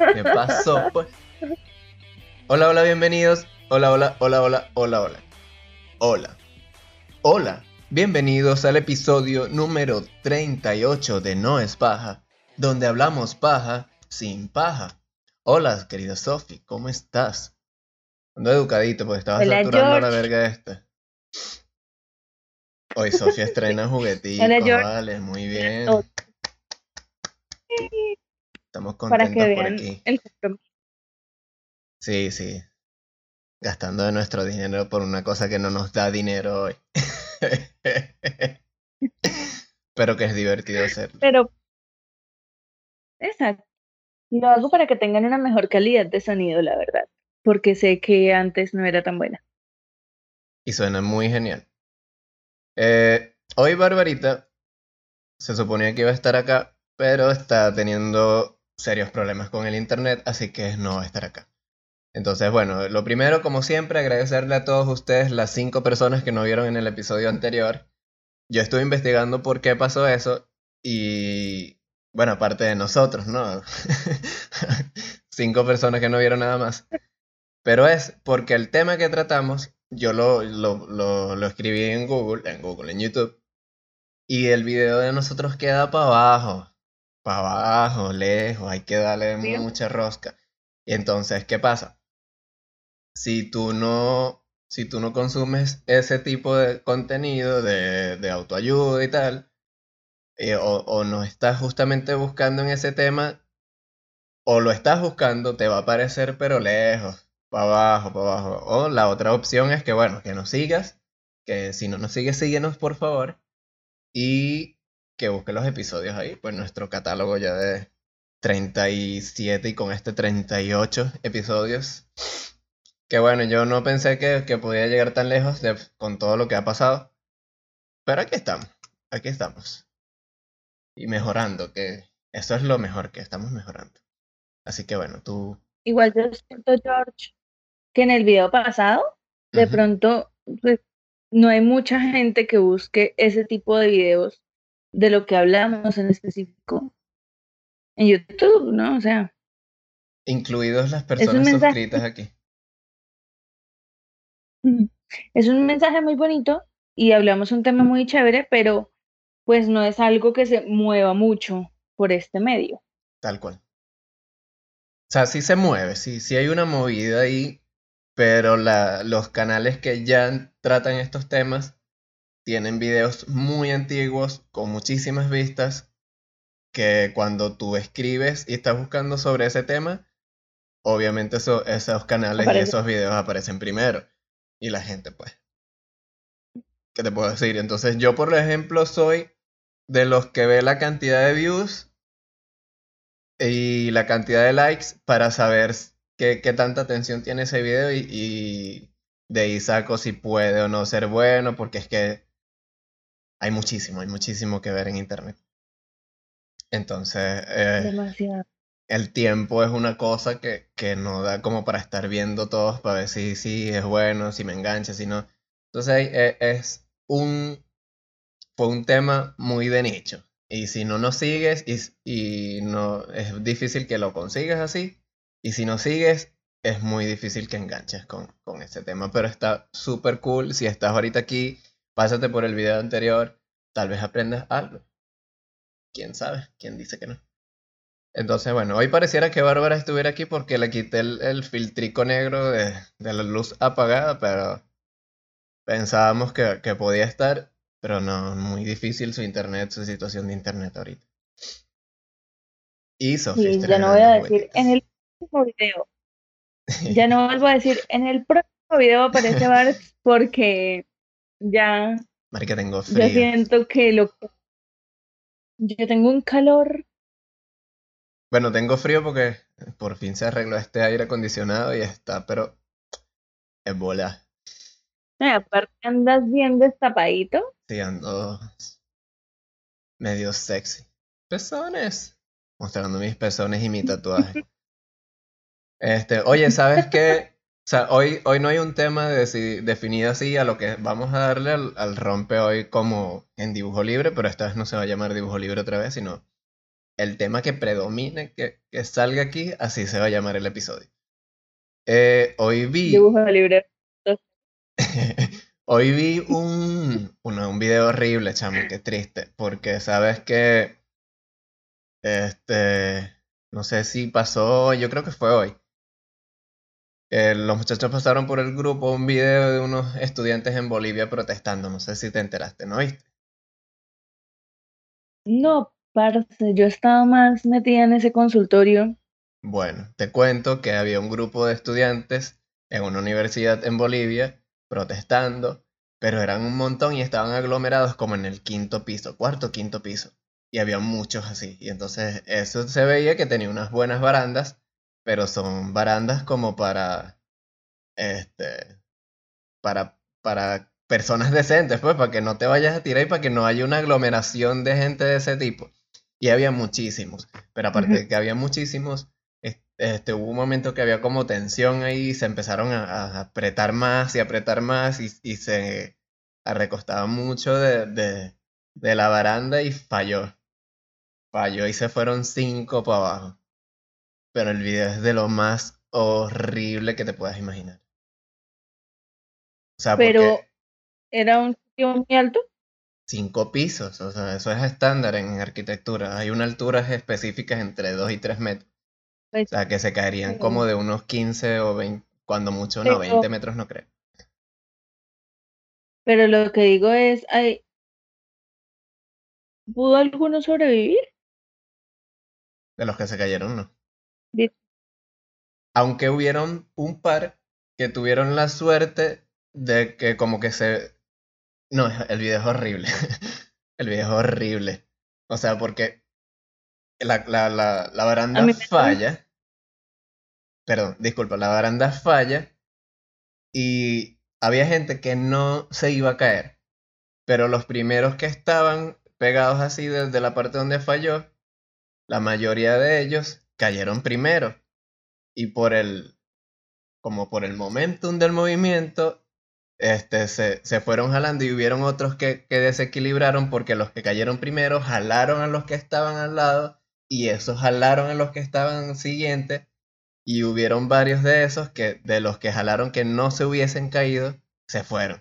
¿Qué pasó, pues? Hola, hola, bienvenidos. Hola, hola, hola, hola, hola, hola. Hola, hola. Bienvenidos al episodio número 38 de No es paja, donde hablamos paja sin paja. Hola, querida Sofi, ¿cómo estás? Ando educadito porque estaba Hola saturando a la George, verga esta. Hoy Sofía estrena hola jugueticos, George, vale, muy bien. oh, Estamos para que contentos por vean aquí. el compromiso. Sí, sí, gastando de nuestro dinero por una cosa que no nos da dinero hoy. Pero que es divertido hacerlo. Pero, exacto, lo hago para que tengan una mejor calidad de sonido, la verdad, porque sé que antes no era tan buena. Y suena muy genial. Hoy Barbarita se suponía que iba a estar acá, pero está teniendo serios problemas con el internet, así que no va a estar acá. Entonces, bueno, lo primero, como siempre, agradecerle a todos ustedes, las 5 personas que no vieron en el episodio anterior. Yo estuve investigando por qué pasó eso y, bueno, aparte de nosotros, ¿no? 5 personas que no vieron nada más. Pero es porque el tema que tratamos, yo lo escribí en YouTube, y el video de nosotros queda para abajo, lejos, hay que darle ¿Vio? mucha rosca. Y entonces, ¿qué pasa? Si tú no consumes ese tipo de contenido de autoayuda y tal, o no estás justamente buscando en ese tema, o lo estás buscando, te va a aparecer pero lejos, para abajo, para abajo. O la otra opción es que, bueno, que nos sigas, que si no nos sigues, síguenos por favor, y que busques los episodios ahí, pues nuestro catálogo ya de 37 y con este 38 episodios. Que bueno, yo no pensé que podía llegar tan lejos con todo lo que ha pasado, pero aquí estamos, y mejorando, que eso es lo mejor, que estamos mejorando. Así que bueno, tú... Igual yo siento, George, que en el video pasado, de Ujú. pronto, pues, no hay mucha gente que busque ese tipo de videos de lo que hablamos en específico en YouTube, ¿no? O sea, Incluidos las es un personas mensaje, suscritas aquí. es un mensaje muy bonito y hablamos un tema muy chévere, pero pues no es algo que se mueva mucho por este medio. Tal cual. O sea, sí se mueve, sí hay una movida ahí, pero los canales que ya tratan estos temas tienen videos muy antiguos, con muchísimas vistas, que cuando tú escribes y estás buscando sobre ese tema, obviamente esos canales y Aparece. esos videos aparecen primero. Y la gente, pues, ¿qué te puedo decir? Entonces yo, por ejemplo, soy de los que ve la cantidad de views y la cantidad de likes para saber qué tanta atención tiene ese video, y de ahí saco si puede o no ser bueno, porque es que hay muchísimo que ver en internet. Entonces, Demasiado. el tiempo es una cosa que no da como para estar viendo todos para ver si es bueno, si me engancha, si no. Entonces, fue un tema muy de nicho. Y si no nos sigues, y no, es difícil que lo consigas así. Y si no sigues, es muy difícil que enganches con ese tema. Pero está súper cool. Si estás ahorita aquí, pásate por el video anterior. Tal vez aprendas algo. ¿Quién sabe? ¿Quién dice que no? Entonces, bueno, hoy pareciera que Bárbara estuviera aquí porque le quité el filtrico negro de la luz apagada, pero pensábamos que podía estar, pero no, muy difícil su internet, su situación de internet ahorita. Y Sofía Y ya no voy a estrenando decir en juguetitos. el próximo video, ya no vuelvo a decir en el próximo video aparece Bart porque ya Marica, tengo yo frío. siento que yo tengo un calor. Bueno, tengo frío porque por fin se arregló este aire acondicionado y está, pero es bola. Aparte andas bien destapadito. Sí, ando medio sexy. Pezones. Mostrando mis pezones y mi tatuaje. Oye, ¿sabes qué? O sea, hoy no hay un tema definido así a lo que vamos a darle al rompe hoy como en dibujo libre, pero esta vez no se va a llamar dibujo libre otra vez, sino el tema que predomine, que salga aquí, así se va a llamar el episodio. Hoy vi, Dibujo libre. hoy vi un video horrible, chamo, qué triste, porque sabes que, no sé si pasó, yo creo que fue hoy. Los muchachos pasaron por el grupo un video de unos estudiantes en Bolivia protestando, no sé si te enteraste, ¿no viste? No, parce, yo estaba más metida en ese consultorio. Bueno, te cuento que había un grupo de estudiantes en una universidad en Bolivia protestando, pero eran un montón y estaban aglomerados como en el quinto piso, cuarto, quinto piso. Y había muchos así. Y entonces eso se veía que tenía unas buenas barandas, pero son barandas como este, para personas decentes, pues, para que no te vayas a tirar y para que no haya una aglomeración de gente de ese tipo. Y había muchísimos, pero aparte Ujú. de que había muchísimos, hubo un momento que había como tensión ahí y se empezaron a apretar más y se recostaba mucho de la baranda y falló. Falló y se fueron 5 para abajo. Pero el video es de lo más horrible que te puedas imaginar. O sea, Pero porque era un sitio muy alto. 5 pisos, o sea, eso es estándar en arquitectura. Hay unas alturas específicas entre 2 y 3 metros. Pues, O sea, que se caerían como pero, de unos 15 o 20, cuando mucho no, pero 20 metros no creo. pero lo que digo es, ¿pudo alguno sobrevivir? De los que se cayeron, no. Di- Aunque hubieron un par que tuvieron la suerte de que como que se... No, el video es horrible. El video es horrible. O sea, porque la A baranda mí me parece, falla. Perdón, disculpa, la baranda falla y había gente que no se iba a caer. Pero los primeros que estaban pegados así desde la parte donde falló, la mayoría de ellos cayeron primero. Y como por el momentum del movimiento, se fueron jalando y hubieron otros que desequilibraron porque los que cayeron primero jalaron a los que estaban al lado y esos jalaron a los que estaban siguientes y hubieron varios de esos que de los que jalaron que no se hubiesen caído, se fueron.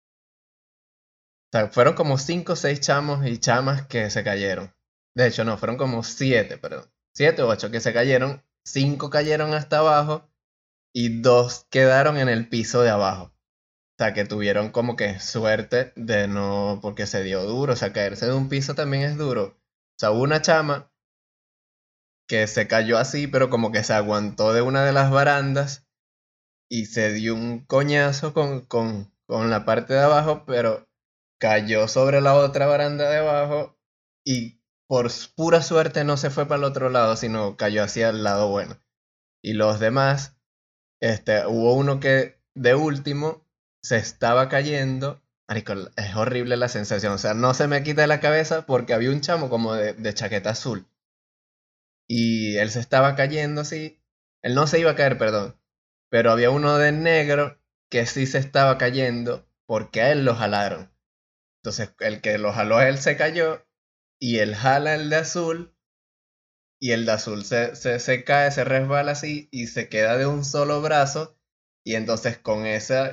O sea, fueron como 5 o 6 chamos y chamas que se cayeron. De hecho, no, fueron como 7, perdón. 7 o 8 que se cayeron. 5 cayeron hasta abajo y 2 quedaron en el piso de abajo. O sea, que tuvieron como que suerte de no, porque se dio duro. O sea, caerse de un piso también es duro. O sea, hubo una chama que se cayó así, pero como que se aguantó de una de las barandas y se dio un coñazo con la parte de abajo, pero cayó sobre la otra baranda de abajo y por pura suerte no se fue para el otro lado, sino cayó hacia el lado bueno. Y los demás, hubo uno que de último se estaba cayendo. Marico, es horrible la sensación. O sea, no se me quita de la cabeza porque había un chamo como de chaqueta azul. Y él se estaba cayendo así. Él no se iba a caer, perdón. Pero había uno de negro que sí se estaba cayendo porque a él lo jalaron. Entonces el que lo jaló a él se cayó y él jala el de azul y el de azul se cae, se resbala así y se queda de un solo brazo y entonces con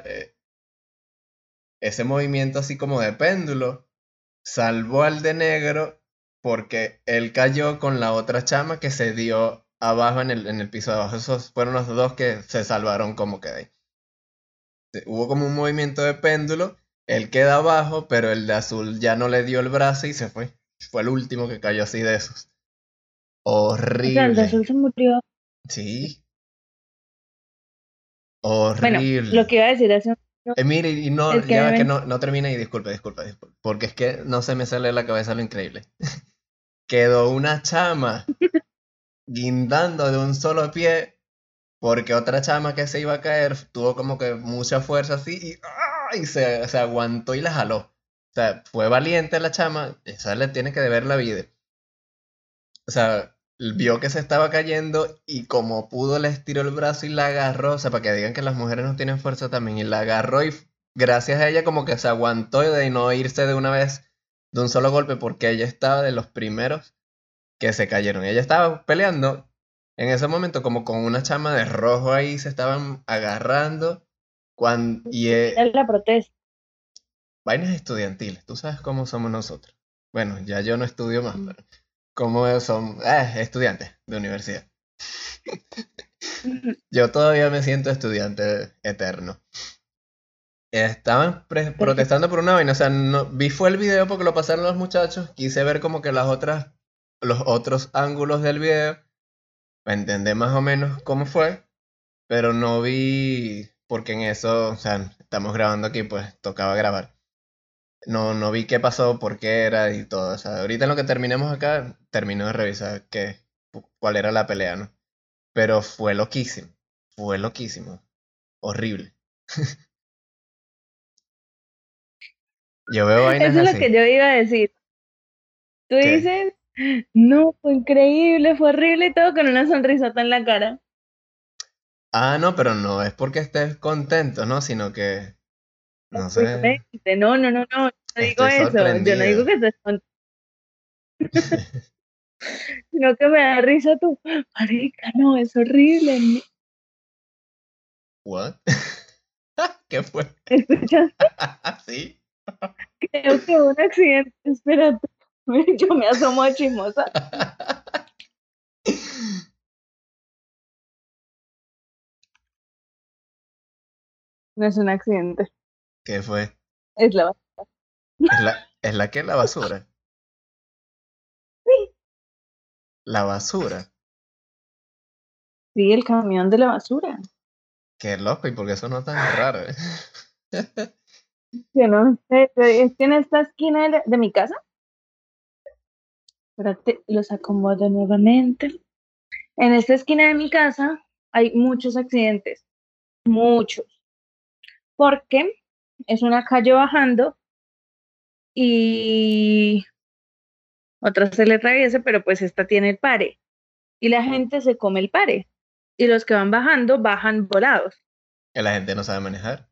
ese movimiento así como de péndulo salvó al de negro porque él cayó con la otra chama que se dio abajo en el piso de abajo. Esos fueron los dos que se salvaron como que de ahí. Hubo como un movimiento de péndulo, él queda abajo, pero el de azul ya no le dio el brazo y se fue. Fue el último que cayó así de esos. o sea, el de azul Horrible. se murió. Sí, Bueno, lo horrible. que iba a decir hace un momento Mire, y no, es que ya va a que mí no termina y disculpe, porque es que no se me sale de la cabeza lo increíble. Quedó una chama guindando de un solo pie porque otra chama que se iba a caer tuvo como que mucha fuerza así y se aguantó y la jaló. O sea, fue valiente la chama, esa le tiene que deber la vida. O sea, vio que se estaba cayendo y como pudo le estiró el brazo y la agarró, o sea, para que digan que las mujeres no tienen fuerza también, y la agarró y gracias a ella como que se aguantó de no irse de una vez de un solo golpe porque ella estaba de los primeros que se cayeron. Ella estaba peleando en ese momento como con una chama de rojo ahí, se estaban agarrando. Era la protesta. Vainas estudiantiles, tú sabes cómo somos nosotros. Bueno, ya yo no estudio más, pero cómo son estudiantes de universidad. Yo todavía me siento estudiante eterno. Estaban protestando por una vaina, o sea, vi fue el video porque lo pasaron los muchachos, quise ver como que los otros ángulos del video, para entender más o menos cómo fue, pero no vi, porque en eso, o sea, estamos grabando aquí, pues tocaba grabar. No vi qué pasó, por qué era y todo. O sea, ahorita en lo que terminemos acá, termino de revisar cuál era la pelea, ¿no? Pero fue loquísimo, horrible. Yo veo vainas Eso es lo así. que yo iba a decir. Tú ¿Qué? dices, no, fue increíble, fue horrible y todo con una sonrisota en la cara. Ah, no, pero no es porque estés contento, ¿no? Sino que, no sé, Obviamente, no, no, no, no, no digo estoy eso. Yo no digo sorprendido. que estés contento, sino que me da risa tú. Marica, no, es horrible. ¿What? ¿Qué fue? ¿Escuchas? ¿Sí? Creo que hubo un accidente. Espérate. Yo me asomo a chismosa. No es un accidente. ¿Qué fue? Es la ¿Es la que la basura? sí, La basura. sí, el camión de la basura. Qué loco, ¿y por qué eso no tan raro? Yo no sé, es que en esta esquina de mi casa, espérate, los acomodo nuevamente. En esta esquina de mi casa hay muchos accidentes, muchos, porque es una calle bajando y otra se le atraviesa, pero pues esta tiene el pare y la gente se come el pare y los que van bajando bajan volados. Que la gente no sabe manejar.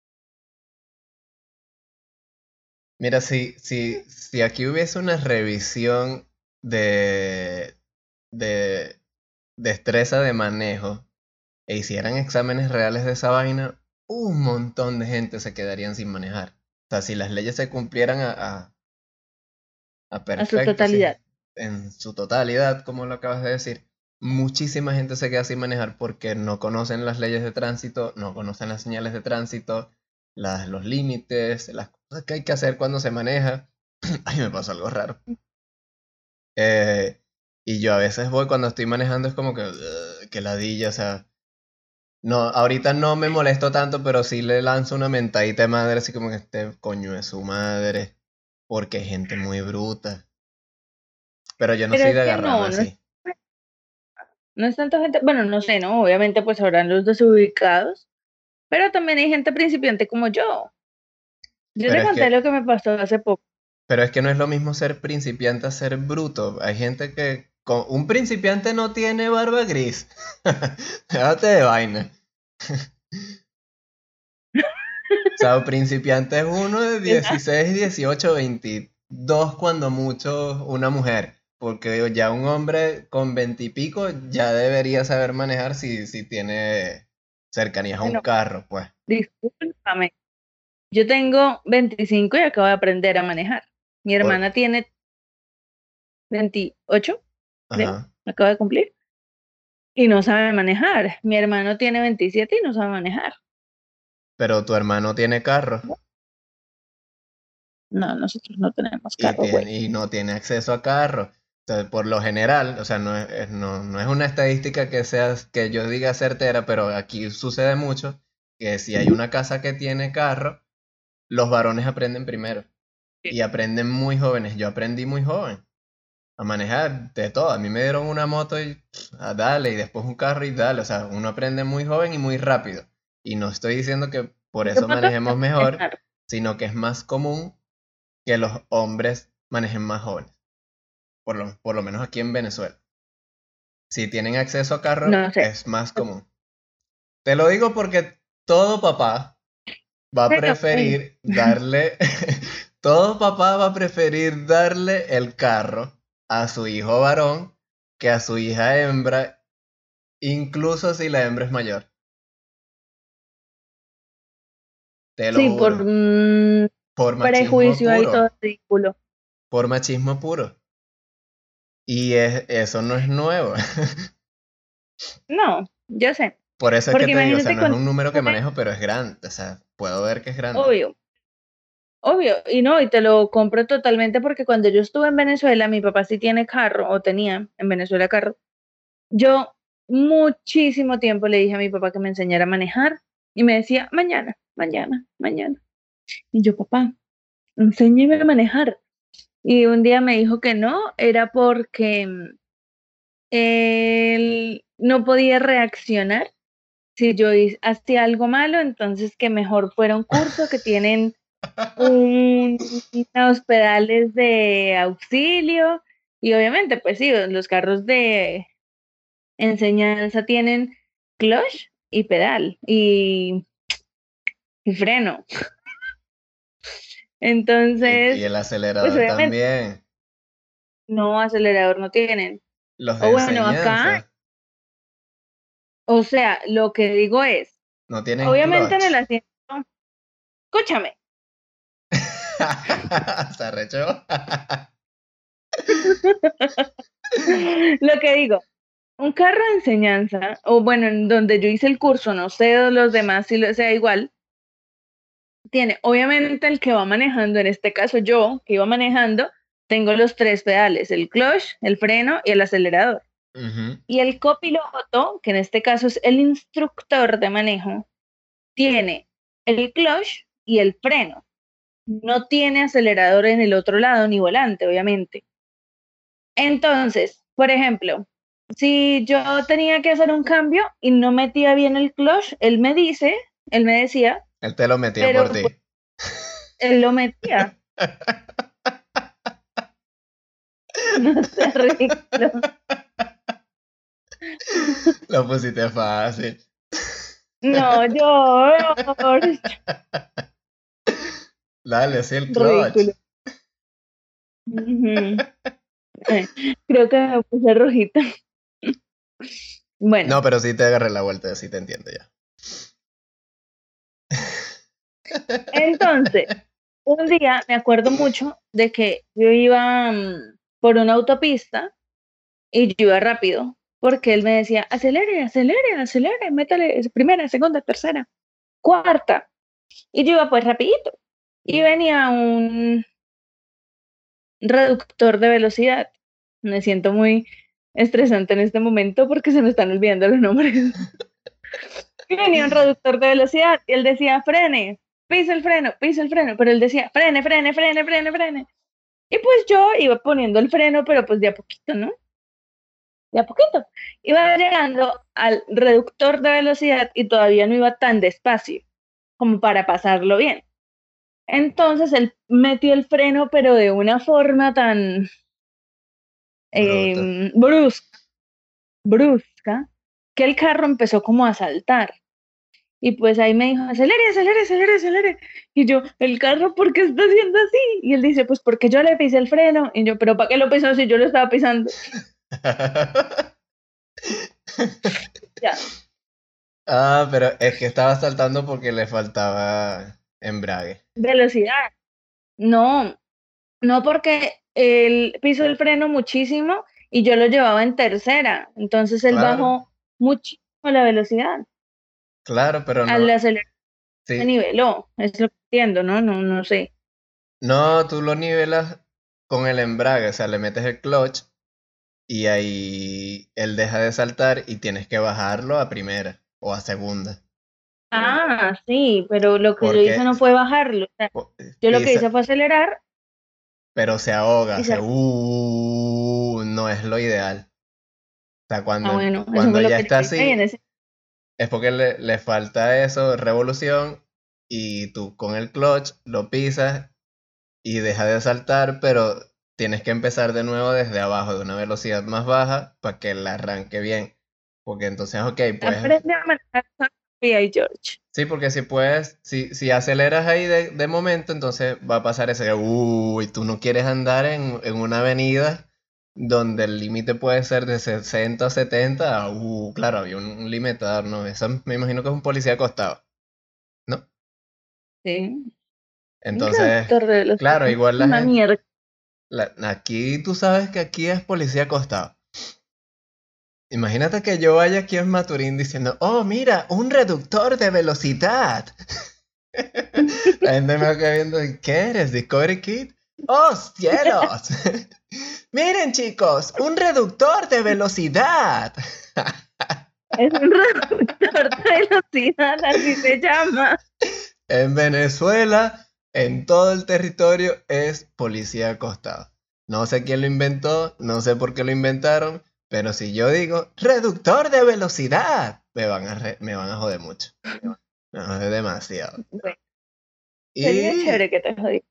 Mira, si aquí hubiese una revisión de, de destreza de manejo e hicieran exámenes reales de esa vaina, un montón de gente se quedarían sin manejar. O sea, si las leyes se cumplieran a A su perfecto, sí, totalidad. en su totalidad, como lo acabas de decir, muchísima gente se queda sin manejar porque no conocen las leyes de tránsito, no conocen las señales de tránsito, los límites, las cosas que hay que hacer cuando se maneja. Ay, me pasó algo raro. Y yo a veces voy cuando estoy manejando, es como que ladilla, o sea, no, ahorita no me molesto tanto, pero sí le lanzo una mentadita de madre, así como que este coño de su madre, porque hay gente muy bruta. Pero yo no Pero soy de es que agarrarme no, así. no es tanta gente, bueno, no sé, ¿no? Obviamente pues habrán los desubicados, pero también hay gente principiante como yo. Yo Pero te es conté que, lo que me pasó hace poco. pero es que no es lo mismo ser principiante a ser bruto. Hay gente que un principiante no tiene barba gris. Déjate de vaina. O sea, un principiante es uno de 16, 18, 22 cuando mucho una mujer. Porque digo, ya un hombre con 20 y pico ya debería saber manejar si tiene cercanías a un Bueno, carro, pues. discúlpame. Yo tengo 25 y acabo de aprender a manejar. Mi Por, hermana tiene 28, creo, ajá. acaba de cumplir, y no sabe manejar. Mi hermano tiene 27 y no sabe manejar. Pero tu hermano tiene carro. No, nosotros no tenemos y, carro, güey. tiene, y no tiene acceso a carro. O sea, por lo general, o sea, no es una estadística que yo diga certera, pero aquí sucede mucho que si hay una casa que tiene carro, los varones aprenden primero y aprenden muy jóvenes. Yo aprendí muy joven a manejar de todo. A mí me dieron una moto y dale, y después un carro y dale. O sea, uno aprende muy joven y muy rápido. Y no estoy diciendo que por ¿Qué eso moto manejemos sabes mejor, manejar? sino que es más común que los hombres manejen más jóvenes, por lo menos aquí en Venezuela. Si tienen acceso a carro, No sé. es más común. Te lo digo porque todo papá va a Pero, güey, preferir darle, todo papá va a preferir darle el carro a su hijo varón que a su hija hembra, incluso si la hembra es mayor. Te lo Sí, por juro. Por machismo prejuicio ahí puro. todo ridículo. Por machismo puro. Y eso no es nuevo. No, yo sé. Por eso es que Porque te digo, o sea, imagínate no es cuando un número que estuve, manejo, pero es grande. O sea, puedo ver que es grande. obvio, obvio, y no, y te lo compro totalmente porque cuando yo estuve en Venezuela, mi papá sí tiene carro, o tenía en Venezuela carro. Yo muchísimo tiempo le dije a mi papá que me enseñara a manejar y me decía, mañana, mañana, mañana. Y yo, papá, enséñeme a manejar. Y un día me dijo que no, era porque él no podía reaccionar si yo hacía algo malo, entonces que mejor fuera un curso que tienen unos pedales de auxilio y obviamente pues sí, los carros de enseñanza tienen clutch y pedal y freno. Y Entonces, el pues acelerador obviamente también. no acelerador no tienen. Los de O bueno, acá, enseñanza o sea, lo que digo es, no tienen obviamente en clutch. el asiento, escúchame, Se arrechó. lo que digo, un carro de enseñanza, o bueno, en donde yo hice el curso, no sé de los demás si lo sea igual, tiene obviamente el que va manejando, en este caso yo, que iba manejando, tengo los tres pedales, el clutch, el freno y el acelerador. Ujú. Y el copiloto, que en este caso es el instructor de manejo, tiene el clutch y el freno. No tiene acelerador en el otro lado ni volante, obviamente. Entonces, por ejemplo, si yo tenía que hacer un cambio y no metía bien el clutch, él me decía, Él te lo metía pero por ti. pues, él lo metía. No sé, ridículo. Lo pusiste fácil. No, George, Dale, así el clutch. ridículo. Ujú. Ay, creo que me puse rojita. No, Bueno, pero sí te agarré la vuelta, sí te entiendo ya. entonces, un día me acuerdo mucho de que yo iba por una autopista y yo iba rápido, porque él me decía, acelere, acelere, acelere, métale primera, segunda, tercera, cuarta. Y yo iba pues rapidito. Y venía un reductor de velocidad. Me siento muy estresante en este momento porque se me están olvidando los nombres. Y venía un reductor de velocidad y él decía, frene, pisa el freno, pero él decía, frene, frene, frene, frene, frene. Y pues yo iba poniendo el freno, pero pues de a poquito, ¿no? De a poquito. Iba llegando al reductor de velocidad y todavía no iba tan despacio como para pasarlo bien. Entonces él metió el freno, pero de una forma tan Bruto. brusca, brusca, que el carro empezó como a saltar. Y pues ahí me dijo, acelere, acelere, acelere, acelere. Y yo, ¿el carro por qué está haciendo así? Y él dice, pues porque yo le pisé el freno. Y yo, ¿pero para qué lo pisó si yo lo estaba pisando? Ya, Ah, pero es que estaba saltando porque le faltaba embrague. velocidad. No, no porque él pisó el freno muchísimo y yo lo llevaba en tercera. Entonces él Claro, bajó muchísimo la velocidad. claro, pero Al no. acelerar se Sí. niveló. Es lo que entiendo, ¿no? No, no sé. No, tú lo nivelas con el embrague, o sea, le metes el clutch y ahí él deja de saltar y tienes que bajarlo a primera o a segunda. Ah, sí, pero lo que yo hice Porque no fue bajarlo. O sea, po- yo lo que pisa, hice fue acelerar pero se ahoga, y hace se... no es lo ideal. O sea, Ah, bueno, eso cuando fue lo ya que yo está hice. Y en así, ese... es porque le falta eso, revolución, y tú con el clutch lo pisas y deja de saltar, pero tienes que empezar de nuevo desde abajo, de una velocidad más baja, para que el arranque bien. Porque entonces, ok, pues, Aprende a manejar con Sofía y George. sí, porque si puedes, si aceleras ahí de momento, entonces va a pasar ese, uy, tú no quieres andar en una avenida donde el límite puede ser de 60 a 70, claro, había un limitador, ¿no? Eso me imagino que es un policía acostado, ¿no? Sí. Un Entonces, reductor de claro, velocidad. igual la Una gente, mierda. aquí tú sabes que aquí es policía acostado. Imagínate que yo vaya aquí en Maturín diciendo, oh, mira, un reductor de velocidad. La gente me va quedar viendo, ¿qué eres? ¿Discovery Kid? ¡Oh, cielos! Miren, chicos, un reductor de velocidad. Es un reductor de velocidad, así se llama. En Venezuela, en todo el territorio, es policía acostado. No sé quién lo inventó, no sé por qué lo inventaron, pero si yo digo reductor de velocidad, me van a joder mucho. Me van a joder demasiado. Bueno, sería Y chévere que te jodieras.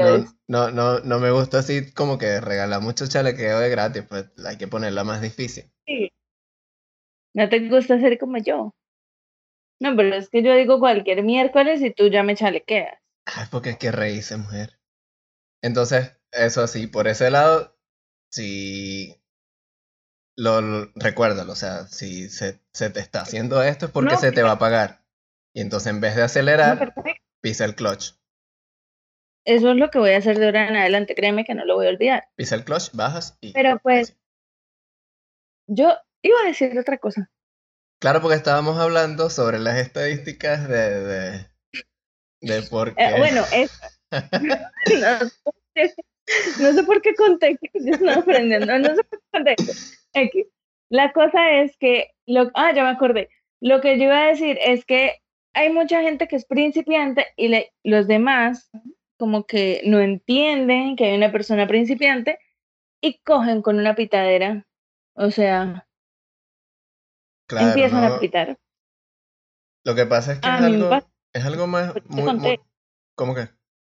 no me gusta así como que regalar mucho chalequeo de gratis, pues hay que ponerla más difícil. Sí. No te gusta ser como yo. No, pero es que yo digo cualquier miércoles y tú ya me chalequeas. Ay, porque es que reírse, mujer. Entonces, eso así, por ese lado, si recuérdalo, o sea, si se te está haciendo esto es porque No, se te va a pagar. Y entonces en vez de no, acelerar, perfecto. pisa el clutch. Eso es lo que voy a hacer de ahora en adelante, créeme que no lo voy a olvidar. Pisa el clutch, bajas y Pero pues, así. yo iba a decir otra cosa. Claro, porque estábamos hablando sobre las estadísticas de por qué. Bueno, no, sé no sé por qué conté que yo estaba aprendiendo, no sé por qué conté esto. X. La cosa es que, ya me acordé. Lo que yo iba a decir es que hay mucha gente que es principiante y los demás como que no entienden que hay una persona principiante y cogen con una pitadera. O sea, Claro, empiezan a no. pitar. Lo que pasa es que A mí me pasa, es algo más, te muy, conté ¿cómo que?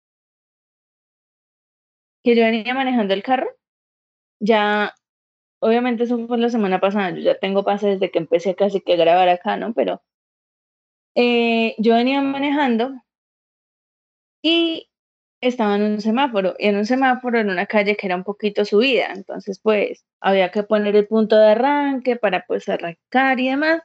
que yo venía manejando el carro. Ya, obviamente eso fue la semana pasada, yo ya tengo pase desde que empecé casi que a grabar acá, ¿no? Pero yo venía manejando y estaba en un semáforo, y en un semáforo en una calle que era un poquito subida, entonces pues había que poner el punto de arranque para pues arrancar y demás.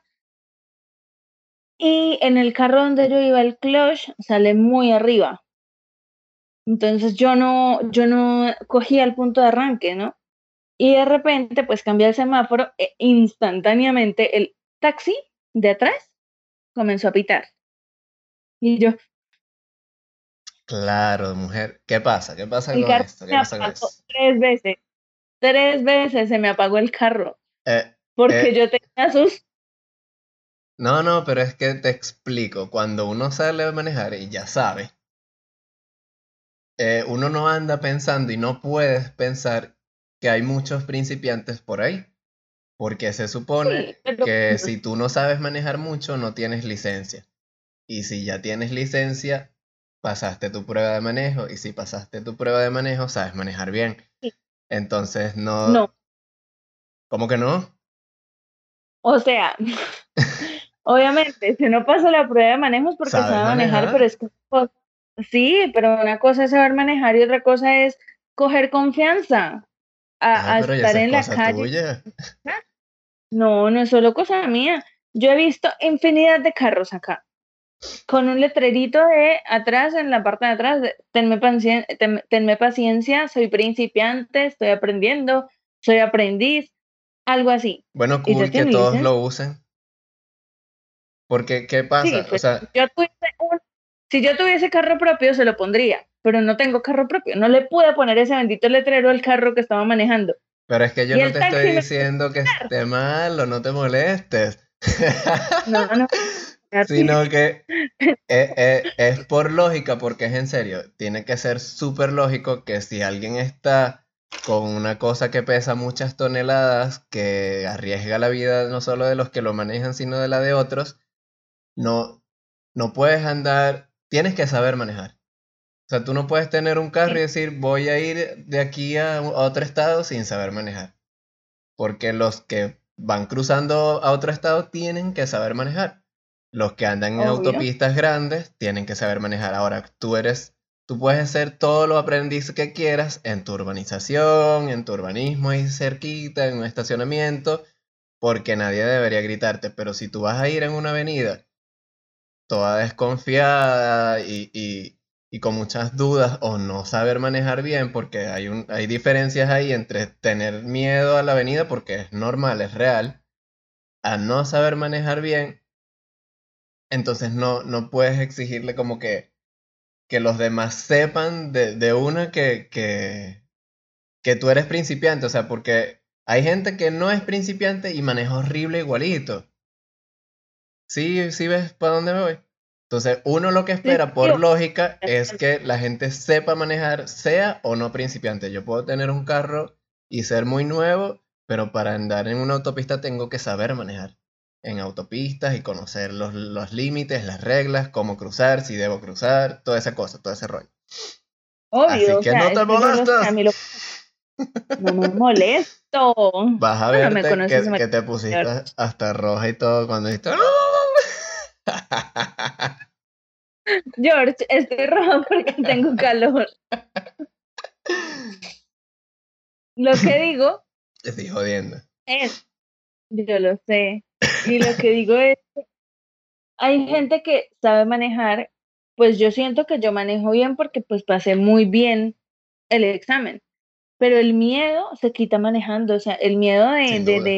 Y en el carro donde yo iba el clutch sale muy arriba, entonces yo no cogía el punto de arranque, ¿no? Y de repente pues cambia el semáforo e instantáneamente el taxi de atrás comenzó a pitar. Y yo, Claro, mujer. ¿Qué pasa? ¿Qué pasa el con carro esto? ¿Qué me pasa con apagó esto? 3 veces. 3 veces se me apagó el carro Eh, porque eh, yo tenía sus... no, pero es que te explico. Cuando uno sale a manejar y ya sabe, uno no anda pensando y no puedes pensar que hay muchos principiantes por ahí. Porque se supone Sí, pero que si tú no sabes manejar mucho, no tienes licencia. Y si ya tienes licencia, pasaste tu prueba de manejo. Y si pasaste tu prueba de manejo, sabes manejar bien. Entonces, no. no. ¿Cómo que no? O sea, obviamente, si uno pasa la prueba de manejo es porque ¿Sabes sabe manejar, pero manejar? es que... Sí, pero una cosa es saber manejar y otra cosa es coger confianza Ay, a pero ya estar esa es en la cosa calle. tuya. No, no es solo cosa mía. Yo he visto infinidad de carros acá, con un letrerito de atrás, en la parte de atrás, tenme paciencia, soy principiante, estoy aprendiendo, soy aprendiz, algo así. Bueno, Y ya cool que tiene todos licencia. lo usen. Porque, ¿qué Sí, pasa? O pues sea, si yo tuviese carro propio, se lo pondría, pero no tengo carro propio. No le pude poner ese bendito letrero al carro que estaba manejando. pero es que yo Y no el te estoy taxi me... diciendo que esté mal o no te molestes. No, no, a ti. Sino que es por lógica, porque es en serio. Tiene que ser súper lógico que si alguien está con una cosa que pesa muchas toneladas, que arriesga la vida no solo de los que lo manejan, sino de la de otros, no, no puedes andar, tienes que saber manejar. O sea, tú no puedes tener un carro y decir, voy a ir de aquí a otro estado sin saber manejar. Porque los que van cruzando a otro estado tienen que saber manejar. Los que andan en Obvio. autopistas grandes tienen que saber manejar. Ahora, tú eres tú puedes hacer todo lo aprendiz que quieras en tu urbanización, en tu urbanismo ahí cerquita, en un estacionamiento, porque nadie debería gritarte. Pero si tú vas a ir en una avenida toda desconfiada y con muchas dudas o no saber manejar bien, porque hay diferencias ahí entre tener miedo a la avenida, porque es normal, es real, a no saber manejar bien, entonces no puedes exigirle como que los demás sepan de una que tú eres principiante, o sea, porque hay gente que no es principiante y maneja horrible igualito. Sí, sí ves para dónde me voy. Entonces, uno lo que Sí, espera sí, por lógica es que la gente sepa manejar, sea o no principiante. Yo puedo tener un carro y ser muy nuevo, pero para andar en una autopista tengo que saber manejar en autopistas y conocer los límites, las reglas, cómo cruzar, si debo cruzar, toda esa cosa, todo ese rollo. Así obvio, o que sea, no es te que yo lo sé, a molestes. mí no me molesto. Vas a Tú no me verte conoces, que te pusiste hasta roja y todo cuando dijiste... George, estoy roja porque tengo calor. Lo que digo Estoy jodiendo. es, yo lo sé, y lo que digo es, hay gente que sabe manejar, pues yo siento que yo manejo bien porque pues pasé muy bien el examen, pero el miedo se quita manejando, o sea, el miedo Sin duda.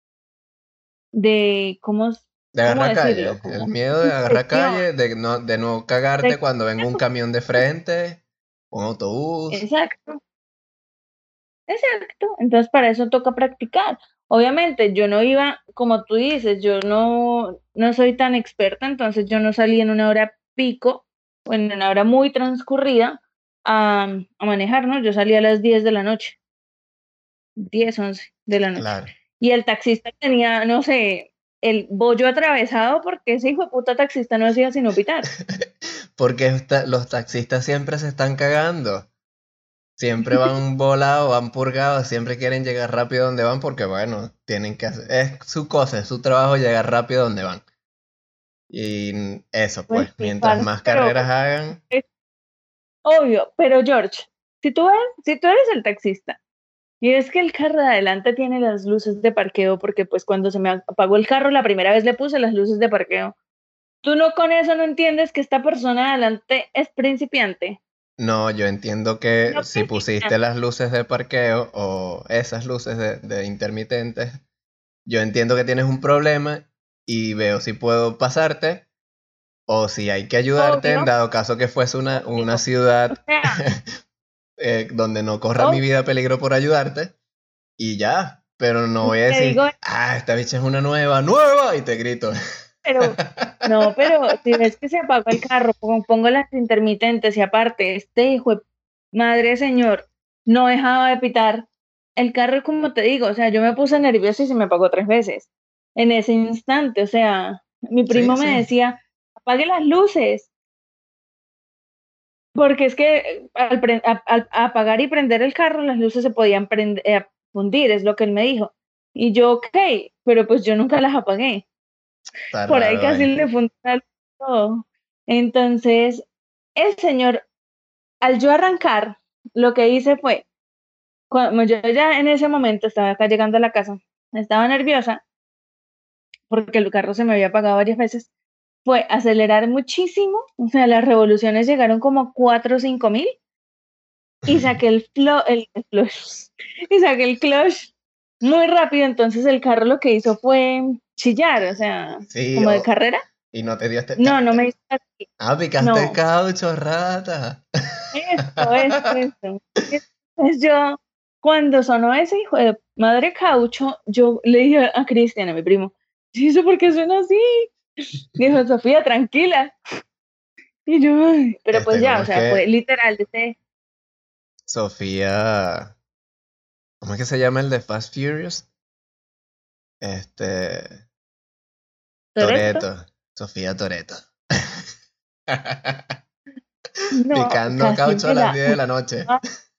¿cómo, De cómo agarrar decirlo? calle. El Como miedo de agarrar impresión, calle, de no cagarte de- cuando venga un camión de frente, un autobús. exacto. Exacto, entonces para eso toca practicar. Obviamente, yo no iba, como tú dices, yo no soy tan experta, entonces yo no salí en una hora pico o en una hora muy transcurrida a manejar, ¿no? Yo salí a las 10 de la noche, 10 11 de la noche. Claro. Y el taxista tenía, no sé, el bollo atravesado porque ese hijo de puta taxista no hacía sino pitar. Porque los taxistas siempre se están cagando. Siempre van volados, van purgados, siempre quieren llegar rápido donde van porque, bueno, tienen que hacer. Es su cosa, es su trabajo llegar rápido donde van. Y eso, Pues pues, sí, mientras parce, más pero carreras hagan, es obvio, pero George, si tú eres el taxista, y es que el carro de adelante tiene las luces de parqueo porque pues cuando se me apagó el carro la primera vez le puse las luces de parqueo. ¿Tú no con eso no entiendes que esta persona de adelante es principiante? no, yo entiendo que No si pusiste principiante. las luces de parqueo o esas luces de intermitentes, yo entiendo que tienes un problema y veo si puedo pasarte o si hay que ayudarte en Obvio, dado caso que fuese una obvio. O ciudad sea, donde no corra mi obvio, vida peligro por ayudarte y ya. Pero no lo voy a que decir, digo es, ah, esta bicha es una nueva, nueva, y te grito. pero, no, pero si ves que se apagó el carro, pongo las intermitentes y aparte, este hijo de madre señor, no dejaba de pitar. El carro, como te digo, o sea, yo me puse nerviosa y se me apagó 3 veces. En ese instante, o sea, mi Sí, primo me sí. decía, apague las luces, porque es que al apagar y prender el carro, las luces se podían fundir, es lo que él me dijo. Y yo, ok, pero pues yo nunca las apagué. Está Por ahí raro casi ahí. le funciona todo. Entonces, el señor, al yo arrancar, lo que hice fue, como yo ya en ese momento estaba acá llegando a la casa, estaba nerviosa porque el carro se me había apagado varias veces, fue acelerar muchísimo, o sea, las revoluciones llegaron como a 4 o 5 mil y saqué el clutch, y saqué el clutch muy rápido, entonces el carro lo que hizo fue chillar, o sea, Sí, como de carrera. y no te dio este... No me hizo así, Ah, picaste el no, caucho, rata. eso. Entonces yo, cuando sonó ese hijo de madre caucho, yo le dije a Cristian, a mi primo, ¿y eso por qué suena así? Dijo, Sofía, tranquila. Y yo, "Ay", pero pues ya, ¿Cómo o es sea, fue que literal, ese Sofía... ¿Cómo es que se llama el de Fast Furious? Este... Toretto. Toreto. Sofía Toreto. No, Picando casi caucho a me las la... 10 de la noche.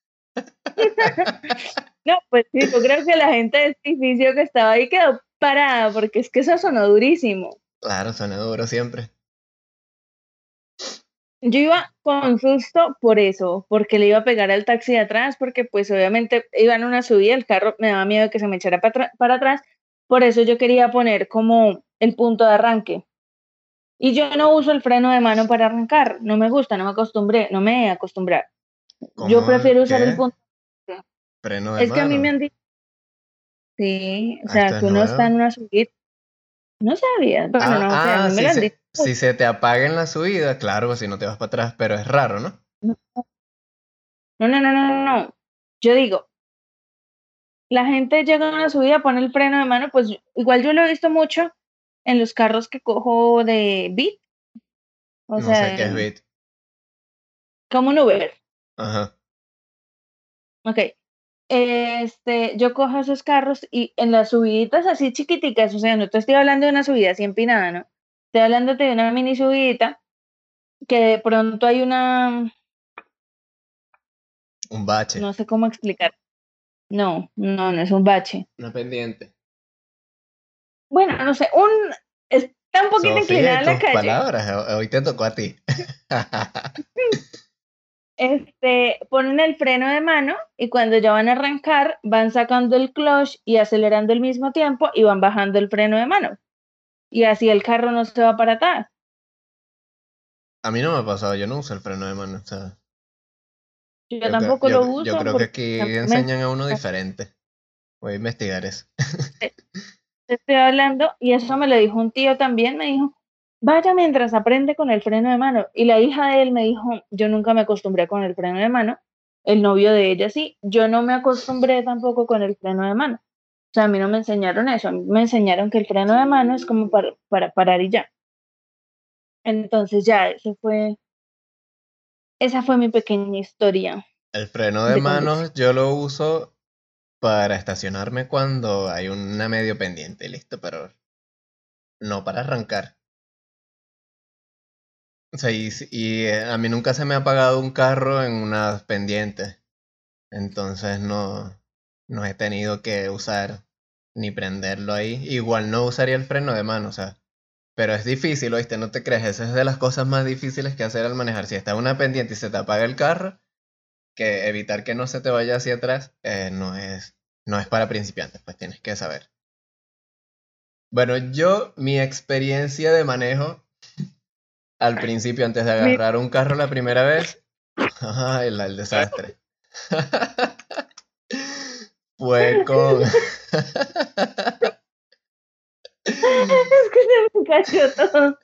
No, pues sí, yo creo que la gente del edificio que estaba ahí quedó parada, porque es que eso sonó durísimo. Claro, suena duro siempre. Yo iba con susto por eso, porque le iba a pegar al taxi de atrás, porque pues obviamente iba en una subida, el carro me daba miedo de que se me echara para atrás, por eso yo quería poner como el punto de arranque. Y yo no uso el freno de mano para arrancar, no me gusta, no me he acostumbrado. Yo ¿Cómo prefiero usar el qué? punto. Freno de Es que a mí me mano. han dicho, sí, o Ah, esto sea, es que uno está en nuevo. una subida, no sabía, bueno, no sé, a mí me lo han dicho. Si se te apaga en la subida, claro, pues si no te vas para atrás, pero es raro, ¿no? No, no, no, no, no, no. Yo digo, la gente llega a una subida, pone el freno de mano, pues igual yo lo he visto mucho en los carros que cojo de Bit, o No sé sea, qué es bit. como un Uber, Ajá. ok. Yo cojo esos carros y en las subiditas así chiquiticas, o sea, no te estoy hablando de una subida así empinada, ¿no? Estoy hablando de una mini subidita que de pronto hay una, Un bache. no sé cómo explicar. No, no, no es un bache. Una pendiente. Bueno, no sé, está un poquito Sofía, inclinada y la tus calle. palabras, hoy te tocó a ti. Ponen el freno de mano y cuando ya van a arrancar, van sacando el clutch y acelerando al mismo tiempo y van bajando el freno de mano. Y así el carro no se va para atrás. A mí no me ha pasado, yo no uso el freno de mano. O sea, Yo tampoco lo yo uso creo que porque aquí a mí enseñan a uno diferente. Voy a investigar eso. te estoy hablando y eso me lo dijo un tío también, me dijo, vaya mientras aprende con el freno de mano. Y la hija de él me dijo, yo nunca me acostumbré con el freno de mano. El novio de ella sí, yo no me acostumbré tampoco con el freno de mano. O sea, a mí no me enseñaron eso, a mí me enseñaron que el freno de mano es como para parar y ya. Entonces ya, esa fue mi pequeña historia El freno de de conducción. manos yo lo uso para estacionarme cuando hay una medio pendiente, listo, pero no para arrancar. O sea, a mí nunca se me ha apagado un carro en unas pendientes. Entonces no he tenido que usar ni prenderlo ahí. Igual no usaría el freno de mano, o sea. Pero es difícil, ¿oíste? No te crees. Esa es de las cosas más difíciles que hacer al manejar. Si está en una pendiente y se te apaga el carro, que evitar que no se te vaya hacia atrás, no es para principiantes, pues tienes que saber. Bueno, mi experiencia de manejo al principio, antes de Mi- agarrar un carro la primera vez, ay, el desastre. Fue con... es que se me cayó todo.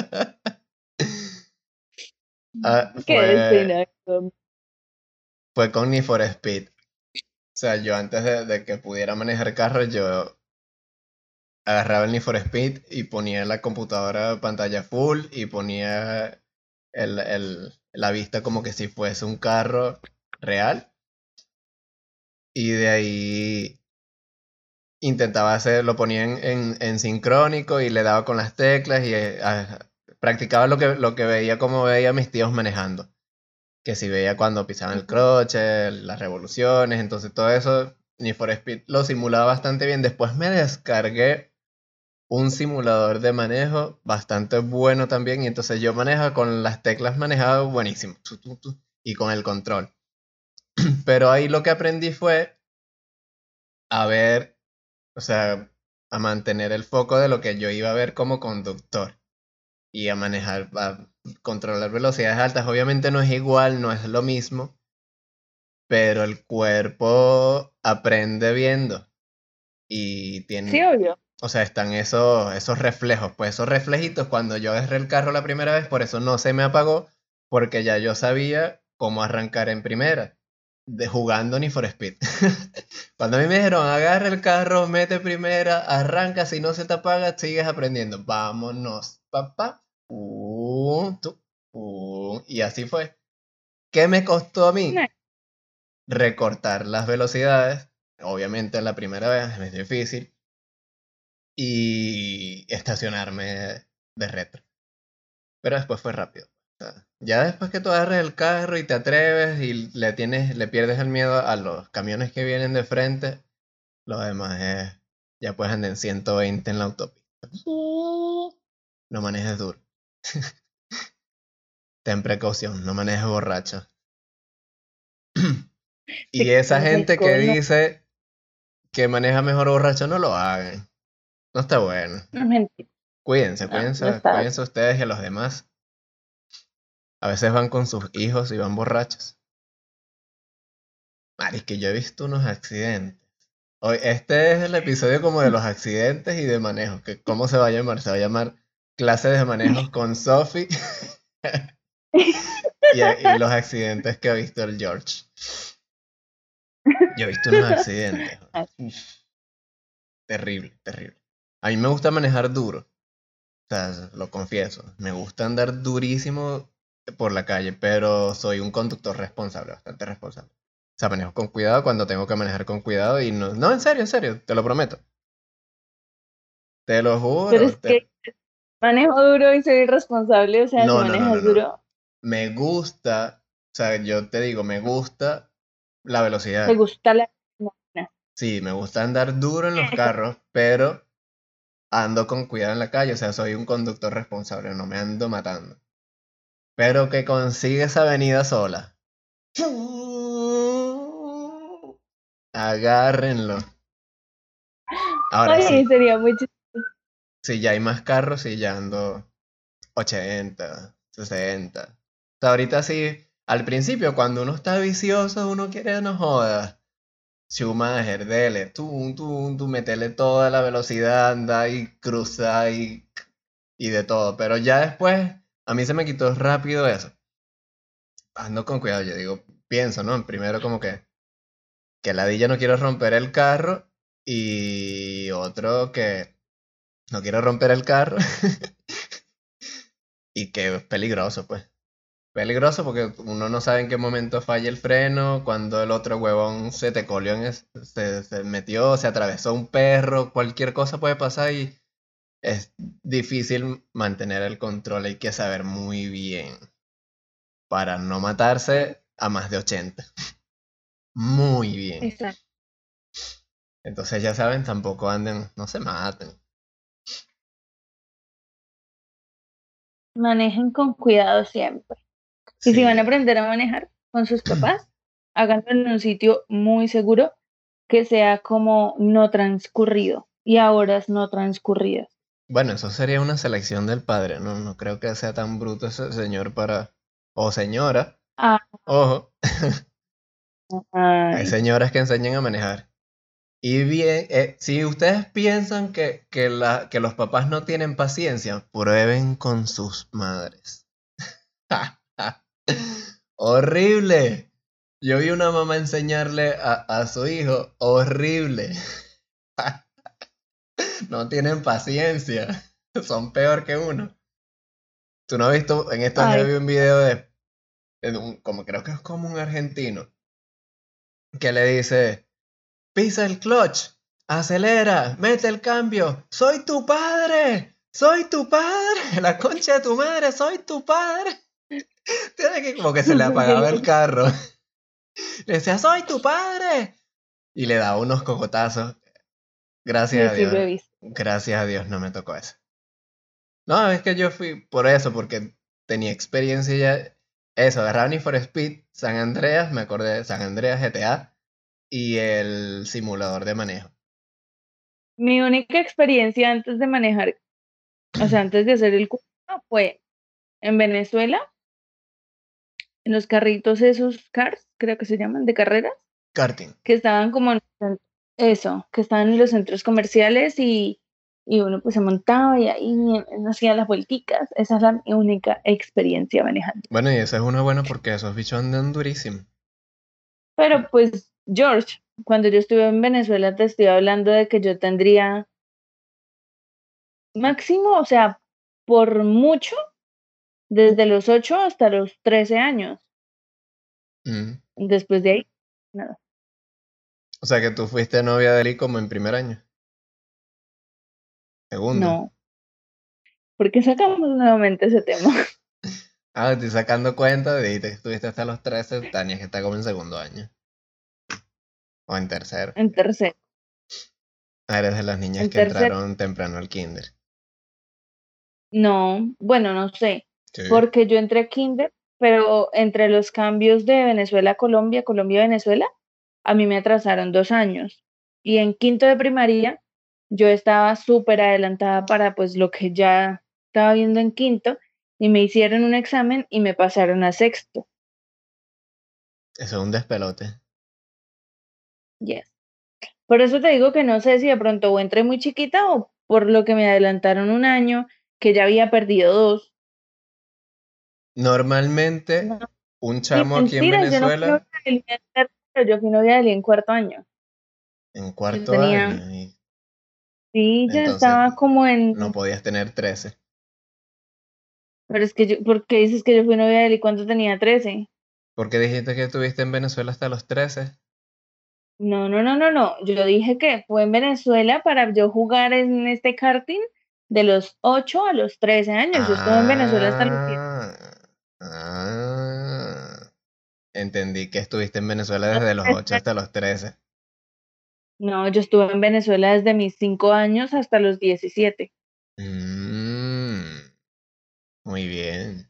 Ah, Qué destino. fue con Need for Speed. O sea, yo antes de que pudiera manejar carros, yo agarraba el Need for Speed y ponía la computadora pantalla full y ponía la vista como que si fuese un carro real. Y de ahí intentaba lo ponía en sincrónico y le daba con las teclas y practicaba lo que veía como veía mis tíos manejando. Que si veía cuando pisaban el croche, las revoluciones, entonces todo eso, Need for Speed lo simulaba bastante bien. Después me descargué un simulador de manejo bastante bueno también, y entonces yo manejo con las teclas manejado buenísimo, y con el control. Pero ahí lo que aprendí fue a ver, o sea, a mantener el foco de lo que yo iba a ver como conductor y a controlar velocidades altas. Obviamente no es igual, no es lo mismo, pero el cuerpo aprende viendo y Sí, tiene, obvio. o sea, están esos reflejos, pues esos reflejitos cuando yo agarré el carro la primera vez, por eso no se me apagó, porque ya yo sabía cómo arrancar en primera, jugando Need for Speed. Cuando a mí me dijeron, agarra el carro, mete primera, arranca, si no se te apaga, sigues aprendiendo. Vámonos, papá. Y así fue. ¿Qué me costó a No, mí? Recortar las velocidades. Obviamente la primera vez es difícil. Y estacionarme de retro. Pero después fue rápido. O sea, ya después que tú agarres el carro y te atreves y le pierdes el miedo a los camiones que vienen de frente, lo demás es, ya puedes andar en 120 en la autopista. No manejes duro. ten precaución, no manejes borracho. Y Sí, esa con ese gente que alcohol, no, dice que maneja mejor borracho, no lo hagan. No está bueno. no, gente, Cuídense, no, no cuídense, está. cuídense ustedes y a los demás. A veces van con sus hijos y van borrachos. Mari, que yo he visto unos accidentes. Hoy, este es el episodio como de los accidentes y de manejo. Que, ¿cómo se va a llamar? Se va a llamar Clase de Manejos con Sophie y los accidentes que ha visto el George. Yo he visto unos accidentes. Uf, terrible, terrible. A mí me gusta manejar duro. O sea, lo confieso. Me gusta andar durísimo por la calle, pero soy un conductor responsable, bastante responsable. O sea, manejo con cuidado cuando tengo que manejar con cuidado y no, no, en serio, te lo prometo. Te lo Pero juro. es que manejo duro y soy irresponsable, o sea, si No, no, no, no, manejas no. duro, Me gusta, o sea, yo te digo, me gusta la te velocidad. gusta la adrenalina. Sí, me gusta andar duro en los carros, pero ando con cuidado en la calle, o sea, soy un conductor responsable, no me ando matando. Pero que consigue esa avenida sola. Agárrenlo. Ahora sí, Ay, sería muy chistoso. si ya hay más carros, sí ya ando 80, 60. O sea, ahorita sí, al principio, cuando uno está vicioso, uno quiere no joda. Schumacher, dele, tú, metele toda la velocidad, anda y cruza y de todo. Pero ya después, a mí se me quitó rápido eso. Ando con cuidado, yo digo, pienso, ¿no? Primero como que ladilla no quiero romper el carro y otro que no quiero romper el carro y que es peligroso, pues. Peligroso porque uno no sabe en qué momento falla el freno, cuando el otro huevón se te colió, se metió, se atravesó un perro, cualquier cosa puede pasar y es difícil mantener el control, hay que saber muy bien para no matarse a más de 80. Muy bien. Exacto. Entonces ya saben, tampoco anden, no se maten. Manejen con cuidado siempre. Y si van Sí. a aprender a manejar con sus papás, háganlo en un sitio muy seguro que sea como no transcurrido y a horas no transcurridas. Bueno, eso sería una selección del padre, ¿no? No creo que sea tan bruto ese señor para... O señora, Ah, ojo. Hay ay, señoras que enseñan a manejar. Y bien, si ustedes piensan que los papás no tienen paciencia, prueben con sus madres. Horrible. Yo vi una mamá enseñarle a su hijo, horrible. No tienen paciencia. Son peor que uno. Tú no has visto, en estos días ay, vi un video como creo que es como un argentino, que le dice, pisa el clutch, acelera, mete el cambio, soy tu padre, la concha de tu madre, soy tu padre. Tiene que como que se le apagaba el carro. Le decía, soy tu padre. Y le daba unos cocotazos. sí, sí lo he visto. Gracias a Dios no me tocó eso. No, es que yo fui por eso, porque tenía experiencia ya. Eso, agarraba Need for Speed, San Andreas, me acordé de San Andreas GTA y el simulador de manejo. Mi única experiencia antes de manejar, o sea, antes de hacer el curso, fue en Venezuela, en los carritos esos cars, creo que se llaman, de carreras, Karting. que estaban como en eso, que estaban en los centros comerciales y uno pues se montaba y ahí hacía las vuelticas. Esa es la mi única experiencia manejando. Bueno, y eso es una buena porque esos bichos andan durísimo. Pero pues, George, cuando yo estuve en Venezuela te estoy hablando de que yo tendría máximo, o sea, por mucho, desde los 8 hasta los 13 años. Mm. Después de ahí, nada. O sea que tú fuiste novia de él como en primer año. Segundo. No. ¿Por qué sacamos nuevamente ese tema? Ah, estoy sacando cuenta de que estuviste hasta los 13, Tania, que está como en segundo año. O en tercero. En tercero. Ah, eres de las niñas En que tercero. entraron temprano al kinder. No, bueno, no sé. Sí. Porque yo entré a kinder pero entre los cambios de Venezuela a Colombia, Colombia a Venezuela, a mí me atrasaron 2 años. Y en quinto de primaria, yo estaba súper adelantada para pues lo que ya estaba viendo en quinto, y me hicieron un examen y me pasaron a sexto. Eso es un despelote. Yes. Por eso te digo que no sé si de pronto o entré muy chiquita o por lo que me adelantaron 1 año, que ya había perdido 2. Normalmente, No, un ni chamo aquí en mentiras, yo no fui novia Venezuela, de Eli en tercero, yo fui novia de Eli en cuarto año. en Yo cuarto tenía, año, y sí, yo entonces estaba como no en, podías tener 13. pero es que yo, ¿por qué dices que yo fui novia de Eli cuando tenía 13? ¿Por qué dijiste que estuviste en Venezuela hasta los 13? No, no, no, no, no. Yo dije que fue en Venezuela para yo jugar en este karting de los 8 a los 13 años. Yo estuve en Venezuela hasta los 10. Ah, ah. Entendí que estuviste en Venezuela desde los 8 hasta los 13. No, yo estuve en Venezuela desde mis 5 años hasta los 17. Mm, muy bien.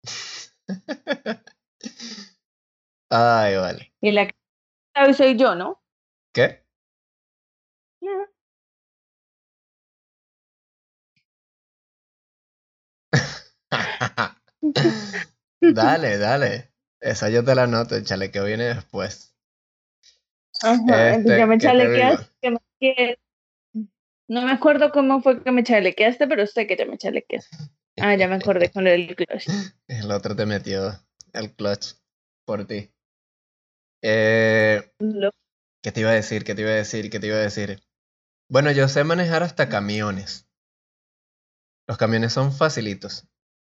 Ay, vale. Y la que hoy soy yo, ¿no? ¿Qué? Ya. Dale, dale. Esa yo te la anoto, el chalequeo viene después. Ajá, entonces ya me ¿Qué te digo? chalequeaste. No me acuerdo cómo fue que me chalequeaste, pero sé que ya me chalequeaste. Ah, ya me acordé con lo del clutch. El otro te metió el clutch por ti. Eh, Lo- ¿Qué te iba a decir? ¿Qué te iba a decir? ¿Qué te iba a decir? Bueno, yo sé manejar hasta camiones. Los camiones son facilitos.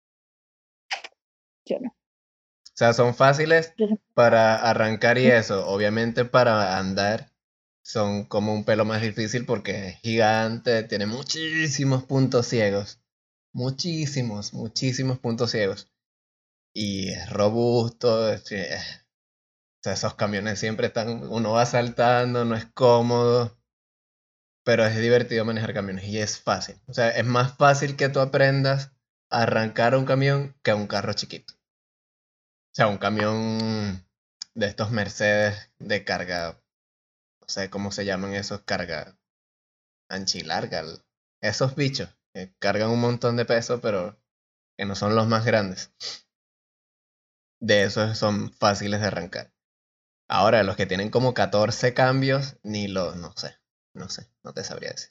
Yo no. O sea, son fáciles Yo sé- para arrancar y eso. Obviamente para andar son como un pelo más difícil porque es gigante, tiene muchísimos puntos ciegos. Muchísimos, muchísimos puntos ciegos. Y es robusto. O sea, esos camiones siempre están, uno va saltando, no es cómodo, pero es divertido manejar camiones y es fácil. O sea, es más fácil que tú aprendas a arrancar un camión que un carro chiquito. O sea, un camión de estos Mercedes de carga, no sé cómo se llaman esos, carga anchilarga. Esos bichos que cargan un montón de peso, pero que no son los más grandes. De esos son fáciles de arrancar. Ahora, los que tienen como 14 cambios, no sé, no te sabría decir.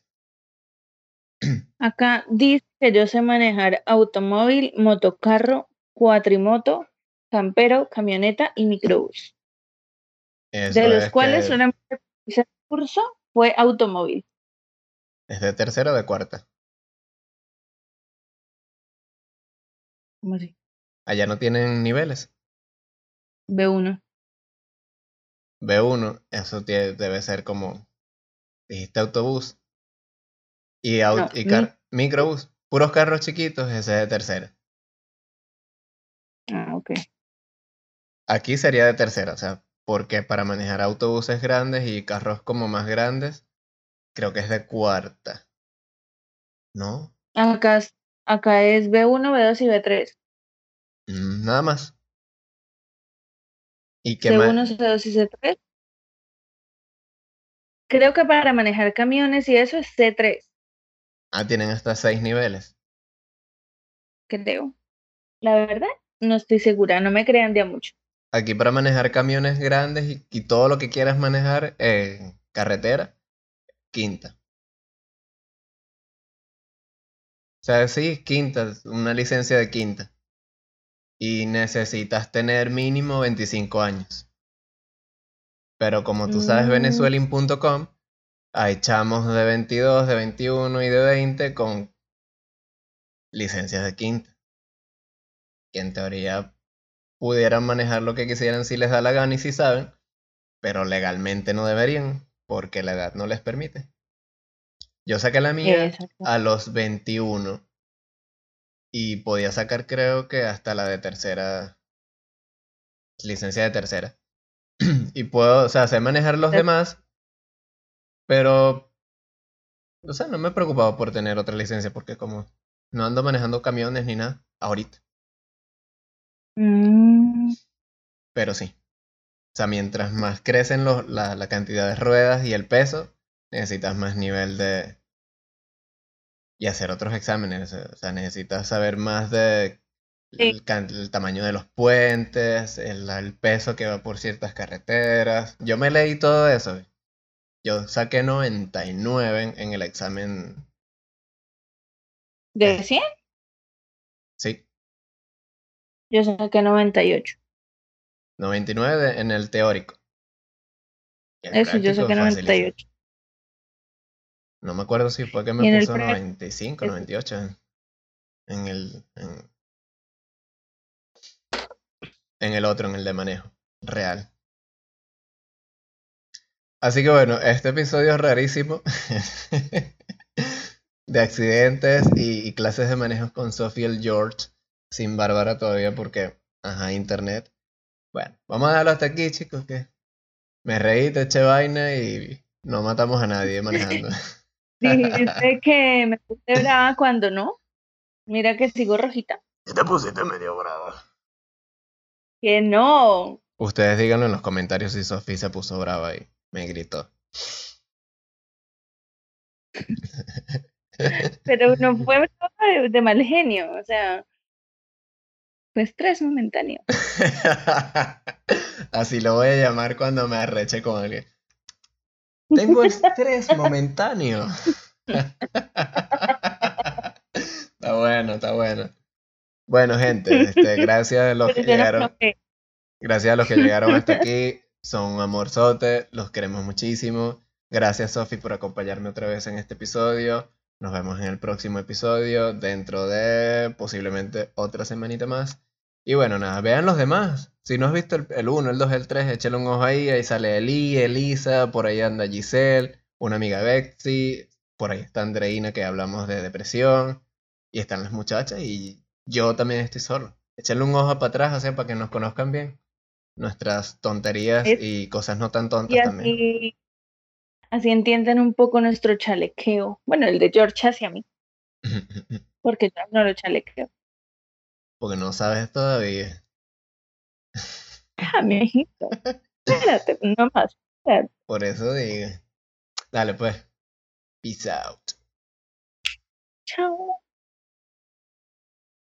Acá dice que yo sé manejar automóvil, motocarro, cuatrimoto, campero, camioneta y microbús. De Eso los es cuales que solamente hice el curso fue automóvil. es de tercera o de cuarta. ¿Cómo así? Allá no tienen niveles. B1. B1, eso debe ser como, dijiste autobús. Y, No, microbús, puros carros chiquitos, ese es de tercera. Ah, ok. Aquí sería de tercera, o sea, porque para manejar autobuses grandes y carros como más grandes, creo que es de cuarta, ¿no? Acá, acá es B1, B2 y B3. Nada más. ¿Y qué más? C1, C2 y C3. Creo que para manejar camiones y eso es C3, Ah, tienen hasta 6 niveles. creo. La verdad, no estoy segura, no me crean de a mucho. Aquí para manejar camiones grandes y todo lo que quieras manejar en carretera, quinta. O sea, sí, quinta, una licencia de quinta. Y necesitas tener mínimo 25 años. Pero como tú sabes, Mm, venezueling.com, hay chamos de 22, de 21 y de 20 con licencias de quinta. Que en teoría pudieran manejar lo que quisieran si les da la gana y si saben, pero legalmente no deberían, porque la edad no les permite. Yo saqué la mía exacto. a los 21 y podía sacar creo que hasta la de tercera, licencia de tercera. Y puedo, o sea, sé manejar los demás, pero, o sea, no me he preocupado por tener otra licencia porque como no ando manejando camiones ni nada, ahorita. Mm, Pero sí. O sea, mientras más crecen la cantidad de ruedas y el peso, necesitas más nivel de... Y hacer otros exámenes. O sea, necesitas saber más de sí. el tamaño de los puentes, el peso que va por ciertas carreteras. Yo me leí todo eso. Yo saqué 99 en el examen. ¿De 100? Sí, Yo saqué 98. 99 en el teórico. Y el Eso, yo práctico saqué facilísimo. 98. No me acuerdo si fue que me Y en el puso práctico, 95, 98 en en el otro, en el de manejo real. Así que bueno, este episodio es rarísimo de accidentes y clases de manejo con Sophie el George, sin Bárbara todavía porque, ajá, internet. Bueno, vamos a dejarlo hasta aquí, chicos, que me reí, te eché vaina y no matamos a nadie manejando. dijiste que me puse brava cuando no. Mira que sigo rojita. Y te pusiste medio bravo. Que no. Ustedes díganlo en los comentarios si Sophie se puso brava y me gritó. Pero no fue brava de mal genio. O sea, fue estrés momentáneo. Así lo voy a llamar cuando me arreche con alguien. Tengo estrés momentáneo. Está bueno, está bueno. Bueno, gente, gracias a los Pero que yo no me llegaron, enojé. gracias a los que llegaron hasta aquí. Son un amorzote, los queremos muchísimo. Gracias, Sofi, por acompañarme otra vez en este episodio. Nos vemos en el próximo episodio, dentro de posiblemente otra semanita más. Y bueno, nada, vean los demás. Si no has visto el 1, el 2, el 3, échale un ojo ahí. Ahí sale Eli, Elisa, por ahí anda Giselle, una amiga Betsy, por ahí está Andreina que hablamos de depresión. Y están las muchachas y yo también estoy solo. Échale un ojo para atrás, o sea, para que nos conozcan bien. Nuestras tonterías Es- y cosas no tan Y tontas también. así entienden un poco nuestro chalequeo. Bueno, el de George hacia mí, porque yo no lo chalequeo. Porque no sabes todavía. Ah, mijito. Espérate, no más. Espérate. Por eso digo. Dale pues. Peace out. Chao.